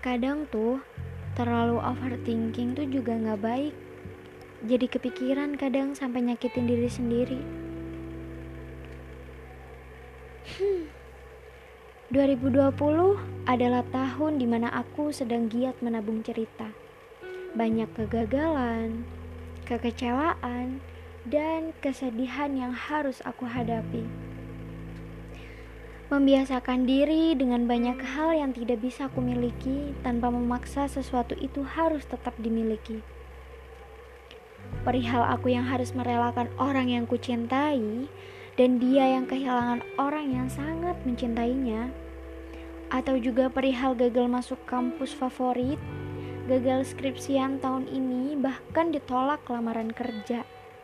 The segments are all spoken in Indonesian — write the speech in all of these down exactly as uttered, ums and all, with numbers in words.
Kadang tuh terlalu overthinking tuh juga gak baik. Jadi kepikiran kadang sampai nyakitin diri sendiri. Hmm. dua ribu dua puluh adalah tahun dimana aku sedang giat menabung cerita. Banyak kegagalan, kekecewaan, dan kesedihan yang harus aku hadapi. Membiasakan diri dengan banyak hal yang tidak bisa aku miliki tanpa memaksa sesuatu itu harus tetap dimiliki. Perihal aku yang harus merelakan orang yang kucintai dan dia yang kehilangan orang yang sangat mencintainya. Atau juga perihal gagal masuk kampus favorit, gagal skripsian tahun ini, bahkan ditolak lamaran kerja.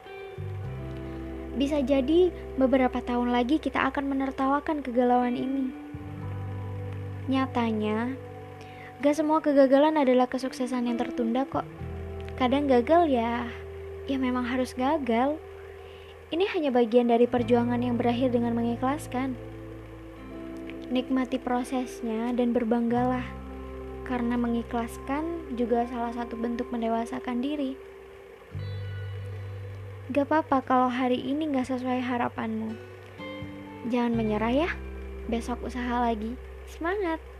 Bisa jadi beberapa tahun lagi kita akan menertawakan kegalauan ini. Nyatanya, gak semua kegagalan adalah kesuksesan yang tertunda kok. Kadang gagal ya, ya memang harus gagal. Ini hanya bagian dari perjuangan yang berakhir dengan mengikhlaskan. Nikmati prosesnya dan berbanggalah, karena mengikhlaskan juga salah satu bentuk mendewasakan diri. Gak apa-apa kalau hari ini gak sesuai harapanmu. Jangan menyerah ya, besok usaha lagi. Semangat!